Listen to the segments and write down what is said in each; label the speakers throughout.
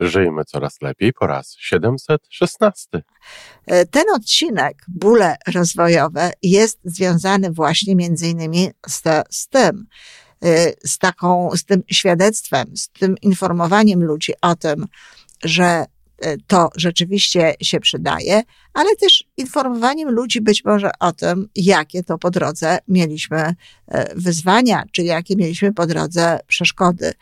Speaker 1: Żyjmy coraz lepiej po raz 716.
Speaker 2: Ten odcinek, bóle rozwojowe, jest związany właśnie między innymi z tym świadectwem, z tym informowaniem ludzi o tym, że to rzeczywiście się przydaje, ale też informowaniem ludzi być może o tym, jakie to po drodze mieliśmy wyzwania, czy jakie mieliśmy po drodze przeszkody.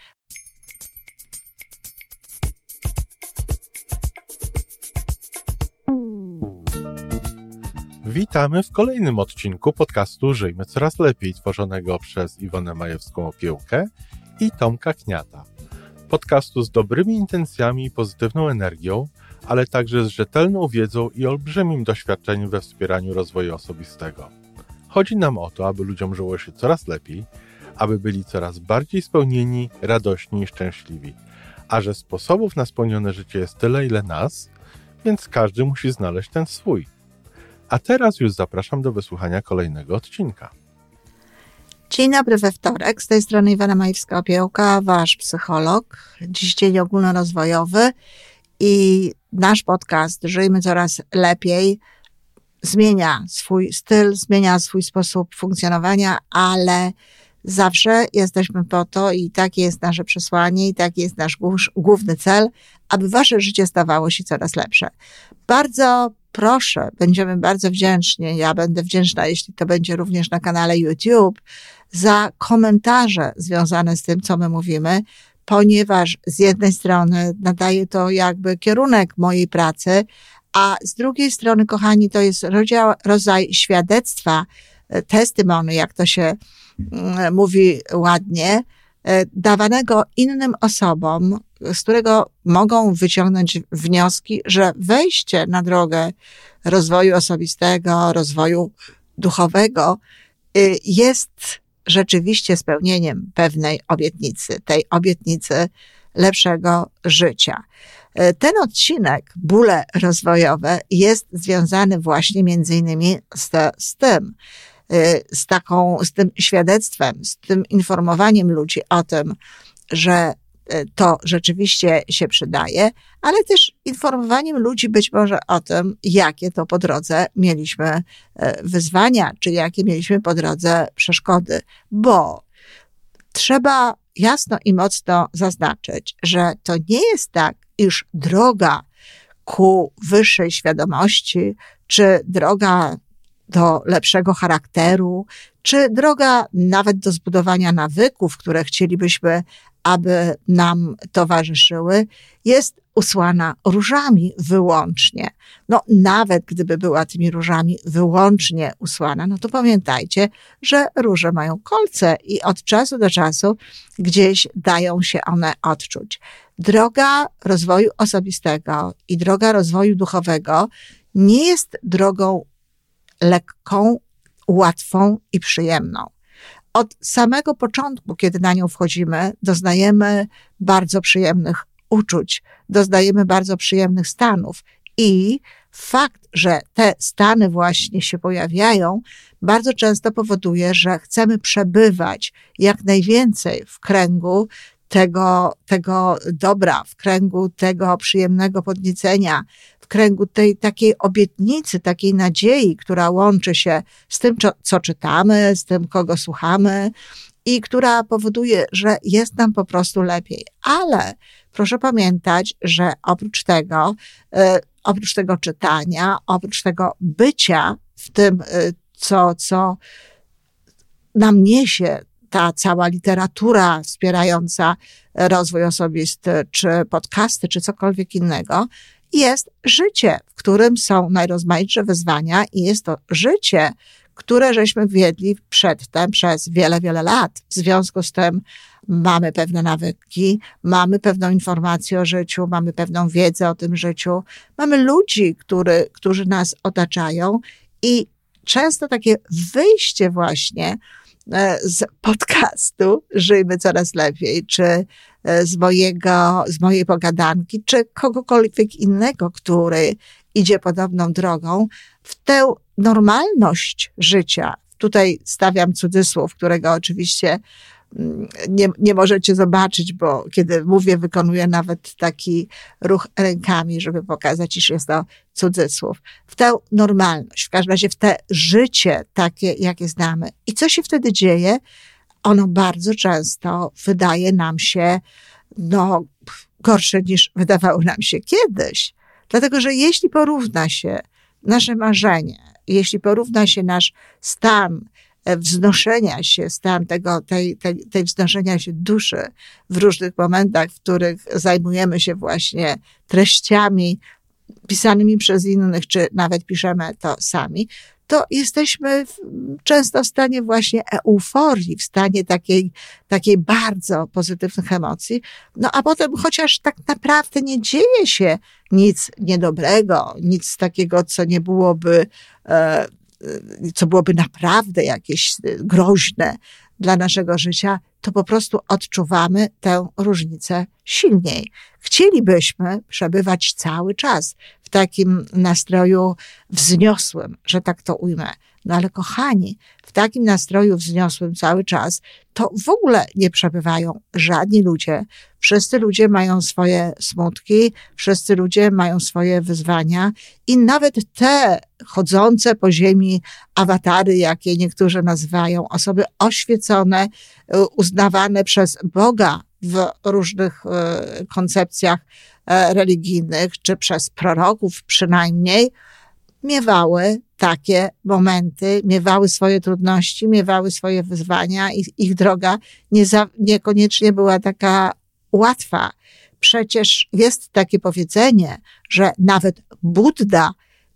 Speaker 1: Witamy w kolejnym odcinku podcastu Żyjmy Coraz Lepiej, tworzonego przez Iwonę Majewską-Opiełkę i Tomka Kniata. Podcastu z dobrymi intencjami i pozytywną energią, ale także z rzetelną wiedzą i olbrzymim doświadczeniem we wspieraniu rozwoju osobistego. Chodzi nam o to, aby ludziom żyło się coraz lepiej, aby byli coraz bardziej spełnieni, radośni i szczęśliwi. A że sposobów na spełnione życie jest tyle, ile nas, więc każdy musi znaleźć ten swój. A teraz już zapraszam do wysłuchania kolejnego odcinka.
Speaker 2: Dzień dobry we wtorek, z tej strony Iwona Majewska-Opiełka, wasz psycholog. Dziś dzień ogólnorozwojowy i nasz podcast Żyjmy Coraz Lepiej zmienia swój styl, zmienia swój sposób funkcjonowania, ale zawsze jesteśmy po to i takie jest nasze przesłanie i taki jest nasz główny cel, aby wasze życie stawało się coraz lepsze. Bardzo proszę, będziemy bardzo wdzięczni, ja będę wdzięczna, jeśli to będzie również na kanale YouTube, za komentarze związane z tym, co my mówimy, ponieważ z jednej strony nadaje to jakby kierunek mojej pracy, a z drugiej strony, kochani, to jest rodzaj świadectwa, testimony, jak to się mówi ładnie, dawanego innym osobom, z którego mogą wyciągnąć wnioski, że wejście na drogę rozwoju osobistego, rozwoju duchowego jest rzeczywiście spełnieniem pewnej obietnicy, tej obietnicy lepszego życia. Ten odcinek, bóle rozwojowe, jest związany właśnie między innymi z tym świadectwem, z tym informowaniem ludzi o tym, że to rzeczywiście się przydaje, ale też informowaniem ludzi być może o tym, jakie to po drodze mieliśmy wyzwania, czy jakie mieliśmy po drodze przeszkody, bo trzeba jasno i mocno zaznaczyć, że to nie jest tak, iż droga ku wyższej świadomości, czy droga do lepszego charakteru, czy droga nawet do zbudowania nawyków, które chcielibyśmy, aby nam towarzyszyły, jest usłana różami wyłącznie. No nawet gdyby była tymi różami wyłącznie usłana, no to pamiętajcie, że róże mają kolce i od czasu do czasu gdzieś dają się one odczuć. Droga rozwoju osobistego i droga rozwoju duchowego nie jest drogą lekką, łatwą i przyjemną. Od samego początku, kiedy na nią wchodzimy, doznajemy bardzo przyjemnych uczuć, doznajemy bardzo przyjemnych stanów i fakt, że te stany właśnie się pojawiają, bardzo często powoduje, że chcemy przebywać jak najwięcej w kręgu tego dobra, w kręgu tego przyjemnego podniecenia, w kręgu tej takiej obietnicy, takiej nadziei, która łączy się z tym, co czytamy, z tym, kogo słuchamy i która powoduje, że jest nam po prostu lepiej. Ale proszę pamiętać, że oprócz tego czytania, oprócz tego bycia w tym, co nam niesie ta cała literatura wspierająca rozwój osobisty, czy podcasty, czy cokolwiek innego, jest życie, w którym są najrozmaitsze wyzwania i jest to życie, które żeśmy wiedli przedtem przez wiele, wiele lat. W związku z tym mamy pewne nawyki, mamy pewną informację o życiu, mamy pewną wiedzę o tym życiu, mamy ludzi, którzy nas otaczają i często takie wyjście właśnie z podcastu Żyjmy Coraz Lepiej, czy z mojej pogadanki, czy kogokolwiek innego, który idzie podobną drogą, w tę normalność życia, tutaj stawiam cudzysłów, którego oczywiście nie możecie zobaczyć, bo kiedy mówię, wykonuję nawet taki ruch rękami, żeby pokazać, iż jest to cudzysłów. W tę normalność, w każdym razie w te życie takie, jakie znamy. I co się wtedy dzieje? Ono bardzo często wydaje nam się, gorsze niż wydawało nam się kiedyś. Dlatego, że jeśli porówna się nasze marzenie, jeśli porówna się nasz stan wznoszenia się, stan tej wznoszenia się duszy w różnych momentach, w których zajmujemy się właśnie treściami pisanymi przez innych, czy nawet piszemy to sami, to jesteśmy często w stanie właśnie euforii, w stanie takiej bardzo pozytywnych emocji. A potem, chociaż tak naprawdę nie dzieje się nic niedobrego, nic takiego, co byłoby naprawdę jakieś groźne dla naszego życia, to po prostu odczuwamy tę różnicę silniej. Chcielibyśmy przebywać cały czas w takim nastroju wzniosłym, że tak to ujmę. Ale kochani, w takim nastroju wzniosłym cały czas to w ogóle nie przebywają żadni ludzie. Wszyscy ludzie mają swoje smutki, wszyscy ludzie mają swoje wyzwania i nawet te chodzące po ziemi awatary, jakie niektórzy nazywają, osoby oświecone, uznawane przez Boga w różnych koncepcjach religijnych, czy przez proroków przynajmniej, miewały takie momenty, miewały swoje trudności, miewały swoje wyzwania i ich droga niekoniecznie była taka łatwa. Przecież jest takie powiedzenie, że nawet Budda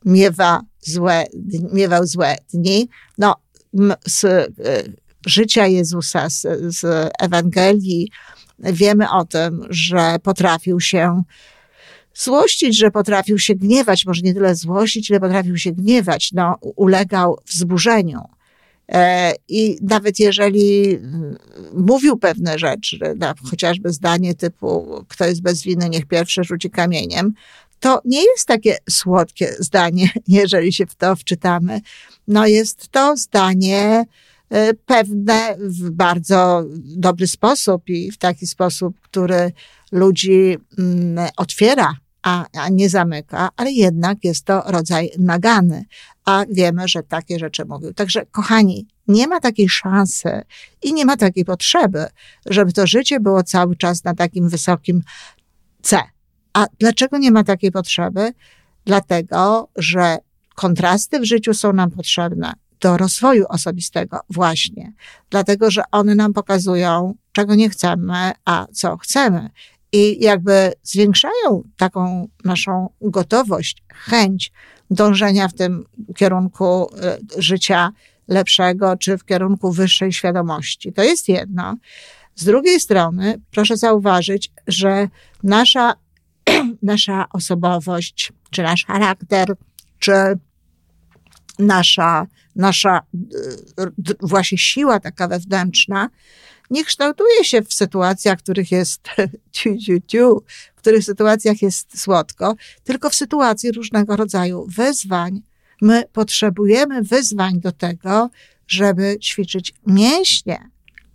Speaker 2: miewał złe dni. Z życia Jezusa, z Ewangelii wiemy o tym, że potrafił się złościć, że potrafił się gniewać, może nie tyle złościć, ile potrafił się gniewać, ulegał wzburzeniu. I nawet jeżeli mówił pewne rzeczy, chociażby zdanie typu kto jest bez winy, niech pierwszy rzuci kamieniem, to nie jest takie słodkie zdanie, jeżeli się w to wczytamy. Jest to zdanie pewne w bardzo dobry sposób i w taki sposób, który ludzi otwiera, a nie zamyka, ale jednak jest to rodzaj nagany, a wiemy, że takie rzeczy mówił. Także, kochani, nie ma takiej szansy i nie ma takiej potrzeby, żeby to życie było cały czas na takim wysokim C. A dlaczego nie ma takiej potrzeby? Dlatego, że kontrasty w życiu są nam potrzebne do rozwoju osobistego właśnie. Dlatego, że one nam pokazują, czego nie chcemy, a co chcemy. I jakby zwiększają taką naszą gotowość, chęć dążenia w tym kierunku życia lepszego, czy w kierunku wyższej świadomości. To jest jedno. Z drugiej strony, proszę zauważyć, że nasza osobowość, czy nasz charakter, czy nasza właśnie siła taka wewnętrzna nie kształtuje się w sytuacjach, w których jest w których sytuacjach jest słodko, tylko w sytuacji różnego rodzaju wyzwań. My potrzebujemy wyzwań do tego, żeby ćwiczyć mięśnie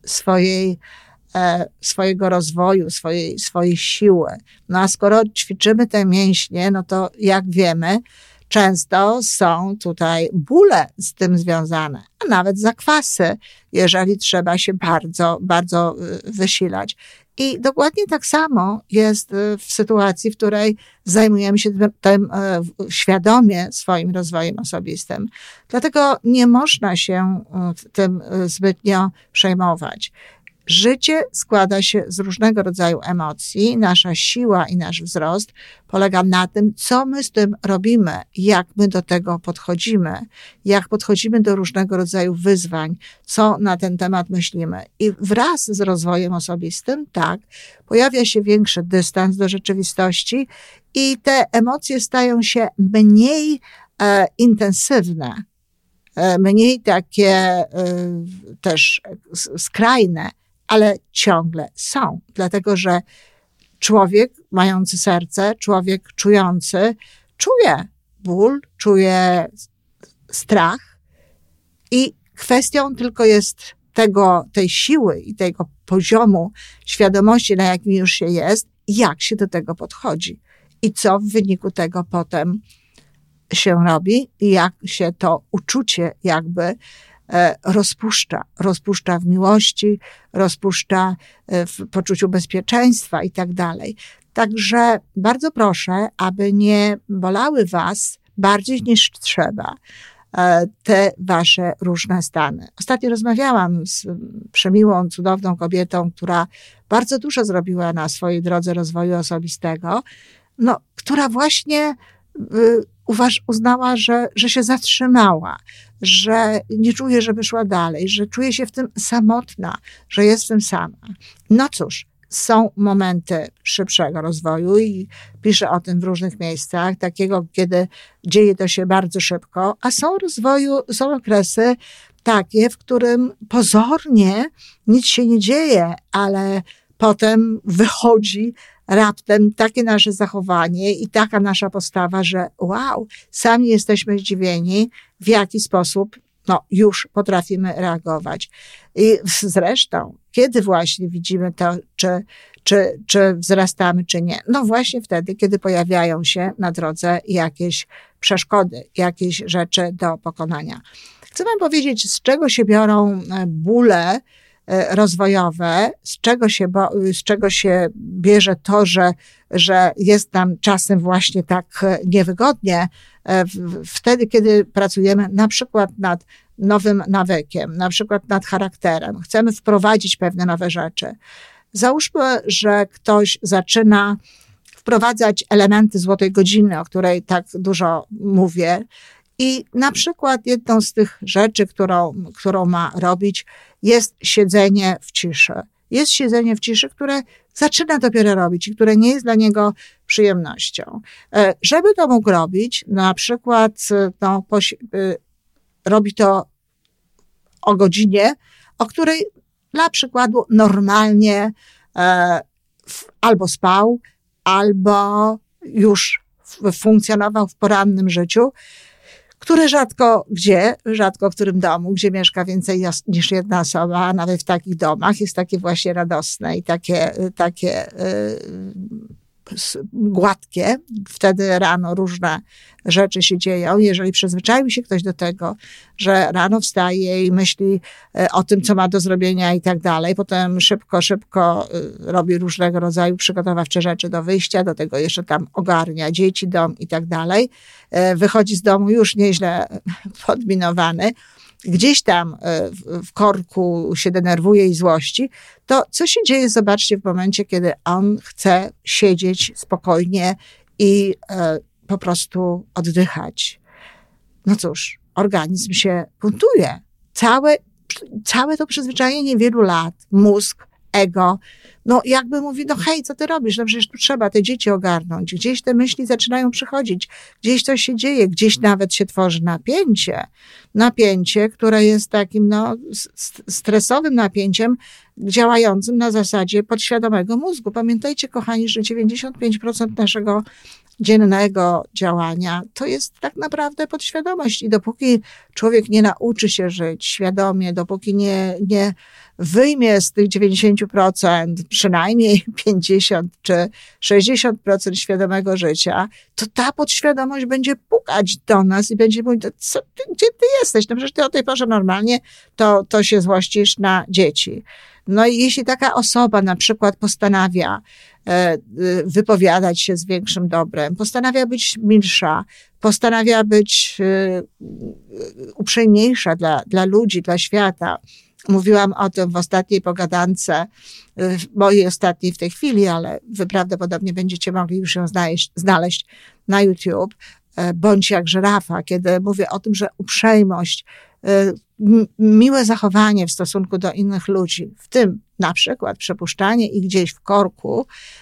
Speaker 2: swojego rozwoju, swojej siły. A skoro ćwiczymy te mięśnie, to jak wiemy, często są tutaj bóle z tym związane, a nawet zakwasy, jeżeli trzeba się bardzo, bardzo wysilać. I dokładnie tak samo jest w sytuacji, w której zajmujemy się tym świadomie swoim rozwojem osobistym. Dlatego nie można się tym zbytnio przejmować. Życie składa się z różnego rodzaju emocji. Nasza siła i nasz wzrost polega na tym, co my z tym robimy, jak my do tego podchodzimy, jak podchodzimy do różnego rodzaju wyzwań, co na ten temat myślimy. I wraz z rozwojem osobistym, pojawia się większy dystans do rzeczywistości i te emocje stają się mniej intensywne, mniej takie też skrajne, ale ciągle są. Dlatego, że człowiek mający serce, człowiek czujący, czuje ból, czuje strach i kwestią tylko jest tej siły i tego poziomu świadomości, na jakim już się jest, jak się do tego podchodzi i co w wyniku tego potem się robi i jak się to uczucie jakby rozpuszcza w miłości, rozpuszcza w poczuciu bezpieczeństwa i tak dalej. Także bardzo proszę, aby nie bolały was bardziej niż trzeba te wasze różne stany. Ostatnio rozmawiałam z przemiłą, cudowną kobietą, która bardzo dużo zrobiła na swojej drodze rozwoju osobistego, która właśnie uznała, że się zatrzymała, że nie czuje, żeby szła dalej, że czuje się w tym samotna, że jest w tym sama. No cóż, są momenty szybszego rozwoju i piszę o tym w różnych miejscach, takiego, kiedy dzieje to się bardzo szybko, a są okresy takie, w którym pozornie nic się nie dzieje, ale potem wychodzi raptem takie nasze zachowanie i taka nasza postawa, że wow, sami jesteśmy zdziwieni, w jaki sposób już potrafimy reagować. I zresztą, kiedy właśnie widzimy to, czy wzrastamy, czy nie? No właśnie wtedy, kiedy pojawiają się na drodze jakieś przeszkody, jakieś rzeczy do pokonania. Chcę wam powiedzieć, z czego się biorą bóle rozwojowe, z czego się bierze to, że jest nam czasem właśnie tak niewygodnie, wtedy, kiedy pracujemy na przykład nad nowym nawykiem, na przykład nad charakterem, chcemy wprowadzić pewne nowe rzeczy. Załóżmy, że ktoś zaczyna wprowadzać elementy złotej godziny, o której tak dużo mówię, i na przykład jedną z tych rzeczy, którą ma robić, jest siedzenie w ciszy. Jest siedzenie w ciszy, które zaczyna dopiero robić i które nie jest dla niego przyjemnością. Żeby to mógł robić, na przykład robi to o godzinie, o której dla przykładu normalnie albo spał, albo już funkcjonował w porannym życiu, które rzadko w którym domu, gdzie mieszka więcej niż jedna osoba, a nawet w takich domach jest takie właśnie radosne i takie gładkie. Wtedy rano różne rzeczy się dzieją. Jeżeli przyzwyczaił się ktoś do tego, że rano wstaje i myśli o tym, co ma do zrobienia i tak dalej, potem szybko robi różnego rodzaju przygotowawcze rzeczy do wyjścia, do tego jeszcze tam ogarnia dzieci, dom i tak dalej, wychodzi z domu już nieźle podminowany, gdzieś tam w korku się denerwuje i złości, to co się dzieje, zobaczcie, w momencie, kiedy on chce siedzieć spokojnie i po prostu oddychać. No cóż, organizm się buntuje. Całe to przyzwyczajenie wielu lat, mózg, ego, jakby mówi, hej, co ty robisz? Przecież tu trzeba te dzieci ogarnąć. Gdzieś te myśli zaczynają przychodzić. Gdzieś coś się dzieje. Gdzieś nawet się tworzy napięcie, które jest takim, stresowym napięciem, działającym na zasadzie podświadomego mózgu. Pamiętajcie, kochani, że 95% naszego dziennego działania to jest tak naprawdę podświadomość. I dopóki człowiek nie nauczy się żyć świadomie, dopóki nie wyjmie z tych 90% przynajmniej 50 czy 60% świadomego życia, to ta podświadomość będzie pukać do nas i będzie mówić, gdzie ty jesteś? Przecież ty o tej porze normalnie to się złościsz na dzieci. I jeśli taka osoba na przykład postanawia wypowiadać się z większym dobrem, postanawia być milsza, postanawia być uprzejmniejsza dla ludzi, dla świata. Mówiłam o tym w ostatniej pogadance, mojej ostatniej w tej chwili, ale wy prawdopodobnie będziecie mogli już ją znaleźć na YouTube. Bądź jak żyrafa, kiedy mówię o tym, że uprzejmość, miłe zachowanie w stosunku do innych ludzi, w tym na przykład przepuszczanie ich gdzieś w korku,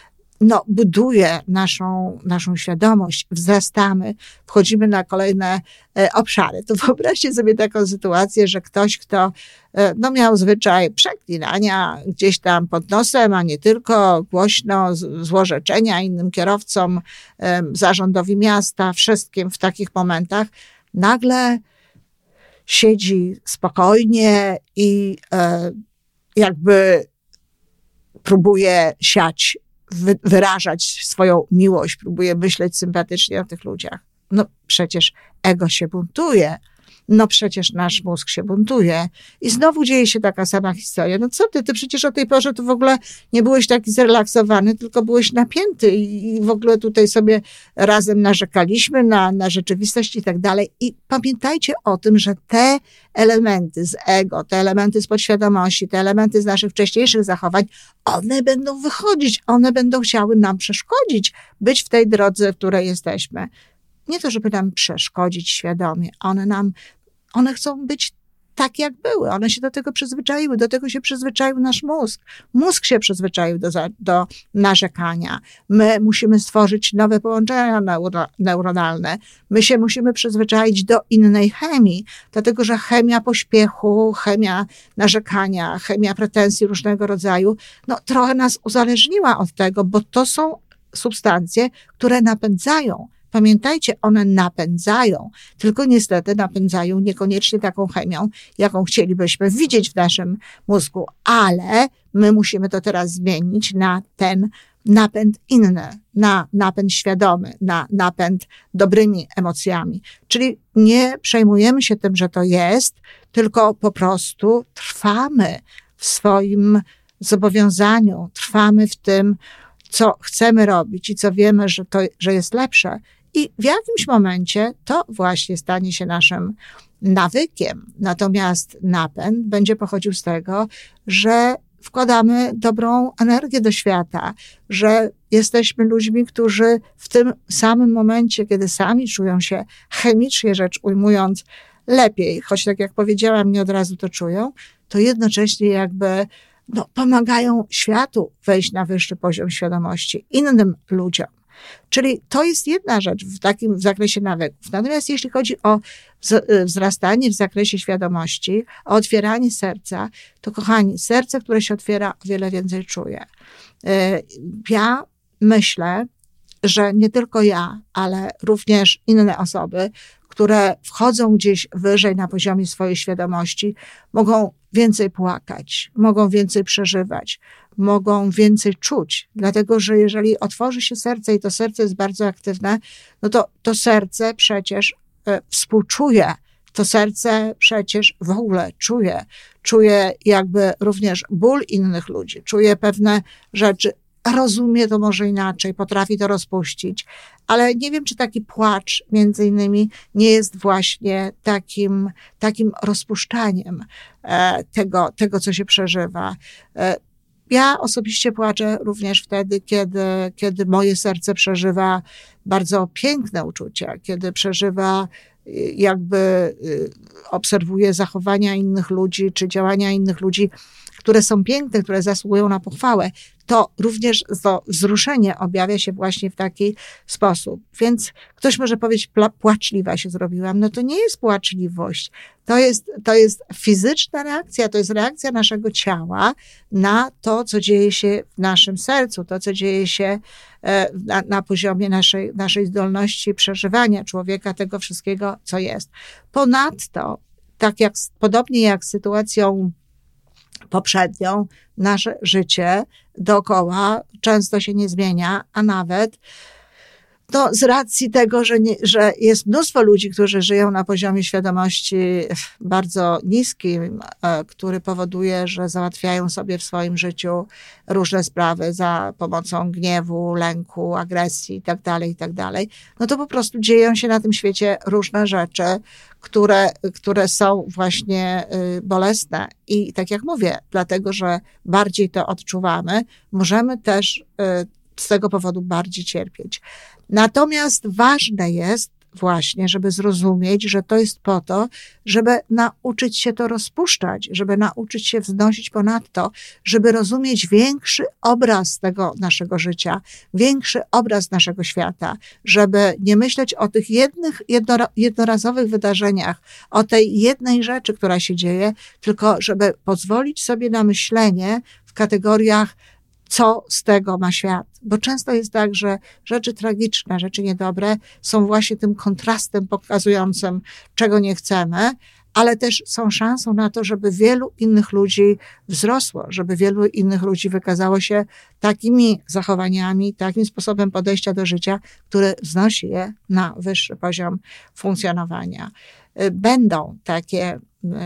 Speaker 2: buduje naszą świadomość, wzrastamy, wchodzimy na kolejne obszary. To wyobraźcie sobie taką sytuację, że ktoś, kto miał zwyczaj przeklinania gdzieś tam pod nosem, a nie tylko, głośno, złorzeczenia innym kierowcom, zarządowi miasta, wszystkim w takich momentach, nagle siedzi spokojnie i jakby próbuje siać, wyrażać swoją miłość, próbuje myśleć sympatycznie o tych ludziach. No przecież ego się buntuje. No przecież nasz mózg się buntuje. I znowu dzieje się taka sama historia. No co ty przecież o tej porze to w ogóle nie byłeś taki zrelaksowany, tylko byłeś napięty i w ogóle tutaj sobie razem narzekaliśmy na rzeczywistość i tak dalej. I pamiętajcie o tym, że te elementy z ego, te elementy z podświadomości, te elementy z naszych wcześniejszych zachowań, one będą wychodzić, one będą chciały nam przeszkodzić być w tej drodze, w której jesteśmy. Nie to, żeby nam przeszkodzić świadomie. One chcą być tak, jak były. One się do tego przyzwyczaiły. Do tego się przyzwyczaił nasz mózg. Mózg się przyzwyczaił do narzekania. My musimy stworzyć nowe połączenia neuronalne. My się musimy przyzwyczaić do innej chemii, dlatego że chemia pośpiechu, chemia narzekania, chemia pretensji różnego rodzaju, no trochę nas uzależniła od tego, bo to są substancje, które napędzają. Pamiętajcie, one napędzają, tylko niestety napędzają niekoniecznie taką chemią, jaką chcielibyśmy widzieć w naszym mózgu, ale my musimy to teraz zmienić na ten napęd inny, na napęd świadomy, na napęd dobrymi emocjami. Czyli nie przejmujemy się tym, że to jest, tylko po prostu trwamy w swoim zobowiązaniu, trwamy w tym, co chcemy robić i co wiemy, że jest lepsze. I w jakimś momencie to właśnie stanie się naszym nawykiem. Natomiast napęd będzie pochodził z tego, że wkładamy dobrą energię do świata, że jesteśmy ludźmi, którzy w tym samym momencie, kiedy sami czują się chemicznie rzecz ujmując lepiej, choć tak jak powiedziałam, nie od razu to czują, to jednocześnie jakby pomagają światu wejść na wyższy poziom świadomości, innym ludziom. Czyli to jest jedna rzecz w zakresie nawyków. Natomiast jeśli chodzi o wzrastanie w zakresie świadomości, o otwieranie serca, to kochani, serce, które się otwiera, o wiele więcej czuje. Ja myślę, że nie tylko ja, ale również inne osoby, które wchodzą gdzieś wyżej na poziomie swojej świadomości, mogą więcej płakać, mogą więcej przeżywać, mogą więcej czuć. Dlatego, że jeżeli otworzy się serce i to serce jest bardzo aktywne, no to serce przecież współczuje. To serce przecież w ogóle czuje jakby również ból innych ludzi, czuje pewne rzeczy, rozumie to może inaczej, potrafi to rozpuścić, ale nie wiem, czy taki płacz między innymi nie jest właśnie takim rozpuszczaniem tego, co się przeżywa. Ja osobiście płaczę również wtedy, kiedy moje serce przeżywa bardzo piękne uczucia, kiedy przeżywa jakby obserwuje zachowania innych ludzi, czy działania innych ludzi, które są piękne, które zasługują na pochwałę, to również to wzruszenie objawia się właśnie w taki sposób. Więc ktoś może powiedzieć, płaczliwa się zrobiłam. No to nie jest płaczliwość. To jest fizyczna reakcja, to jest reakcja naszego ciała na to, co dzieje się w naszym sercu, to, co dzieje się na poziomie naszej zdolności przeżywania człowieka, tego wszystkiego, co jest. Ponadto, podobnie jak z sytuacją poprzednią, nasze życie dookoła często się nie zmienia, a nawet z racji tego, że jest mnóstwo ludzi, którzy żyją na poziomie świadomości bardzo niskim, który powoduje, że załatwiają sobie w swoim życiu różne sprawy za pomocą gniewu, lęku, agresji itd., no to po prostu dzieją się na tym świecie różne rzeczy, które są właśnie bolesne. I tak jak mówię, dlatego, że bardziej to odczuwamy, możemy też z tego powodu bardziej cierpieć. Natomiast ważne jest właśnie, żeby zrozumieć, że to jest po to, żeby nauczyć się to rozpuszczać, żeby nauczyć się wznosić ponadto, żeby rozumieć większy obraz tego naszego życia, większy obraz naszego świata, żeby nie myśleć o tych jednorazowych wydarzeniach, o tej jednej rzeczy, która się dzieje, tylko żeby pozwolić sobie na myślenie w kategoriach, co z tego ma świat. Bo często jest tak, że rzeczy tragiczne, rzeczy niedobre są właśnie tym kontrastem pokazującym, czego nie chcemy, ale też są szansą na to, żeby wielu innych ludzi wzrosło, żeby wielu innych ludzi wykazało się takimi zachowaniami, takim sposobem podejścia do życia, który wznosi je na wyższy poziom funkcjonowania. Będą takie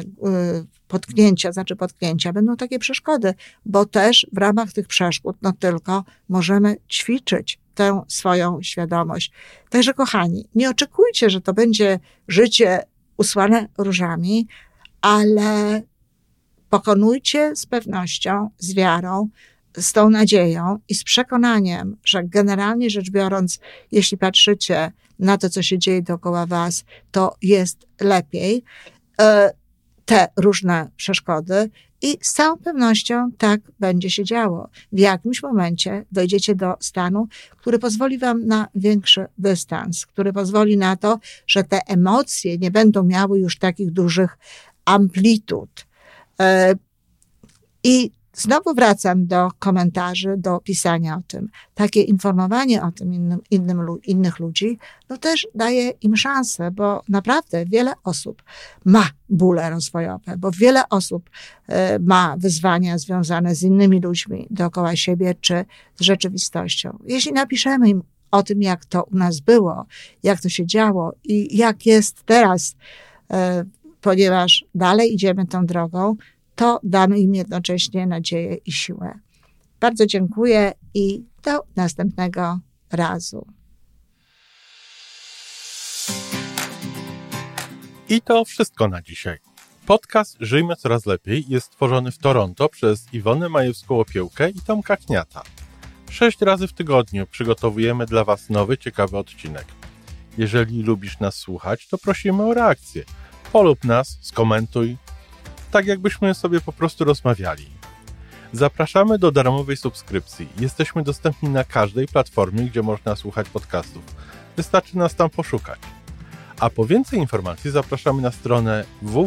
Speaker 2: potknięcia, będą takie przeszkody, bo też w ramach tych przeszkód, tylko możemy ćwiczyć tę swoją świadomość. Także kochani, nie oczekujcie, że to będzie życie usłane różami, ale pokonujcie z pewnością, z wiarą, z tą nadzieją i z przekonaniem, że generalnie rzecz biorąc, jeśli patrzycie na to, co się dzieje dookoła was, to jest lepiej. Te różne przeszkody i z całą pewnością tak będzie się działo. W jakimś momencie dojdziecie do stanu, który pozwoli wam na większy dystans, który pozwoli na to, że te emocje nie będą miały już takich dużych amplitud. I znowu wracam do komentarzy, do pisania o tym. Takie informowanie o tym innych ludzi, też daje im szansę, bo naprawdę wiele osób ma bóle rozwojowe, bo wiele osób ma wyzwania związane z innymi ludźmi dookoła siebie, czy z rzeczywistością. Jeśli napiszemy im o tym, jak to u nas było, jak to się działo i jak jest teraz, ponieważ dalej idziemy tą drogą, to damy im jednocześnie nadzieję i siłę. Bardzo dziękuję i do następnego razu.
Speaker 1: I to wszystko na dzisiaj. Podcast Żyjmy Coraz Lepiej jest stworzony w Toronto przez Iwonę Majewską-Opiełkę i Tomka Kniata. 6 razy w tygodniu przygotowujemy dla Was nowy, ciekawy odcinek. Jeżeli lubisz nas słuchać, to prosimy o reakcję. Polub nas, skomentuj, tak jakbyśmy sobie po prostu rozmawiali. Zapraszamy do darmowej subskrypcji. Jesteśmy dostępni na każdej platformie, gdzie można słuchać podcastów. Wystarczy nas tam poszukać. A po więcej informacji zapraszamy na stronę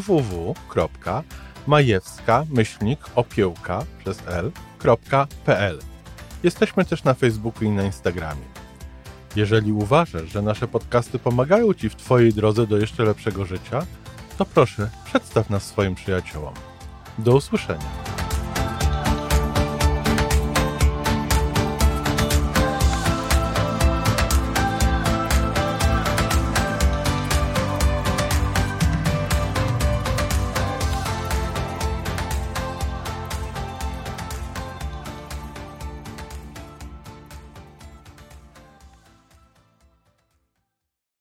Speaker 1: www.majewska-opiełka.pl. Jesteśmy też na Facebooku i na Instagramie. Jeżeli uważasz, że nasze podcasty pomagają Ci w Twojej drodze do jeszcze lepszego życia, to proszę, przedstaw nas swoim przyjaciołom. Do usłyszenia.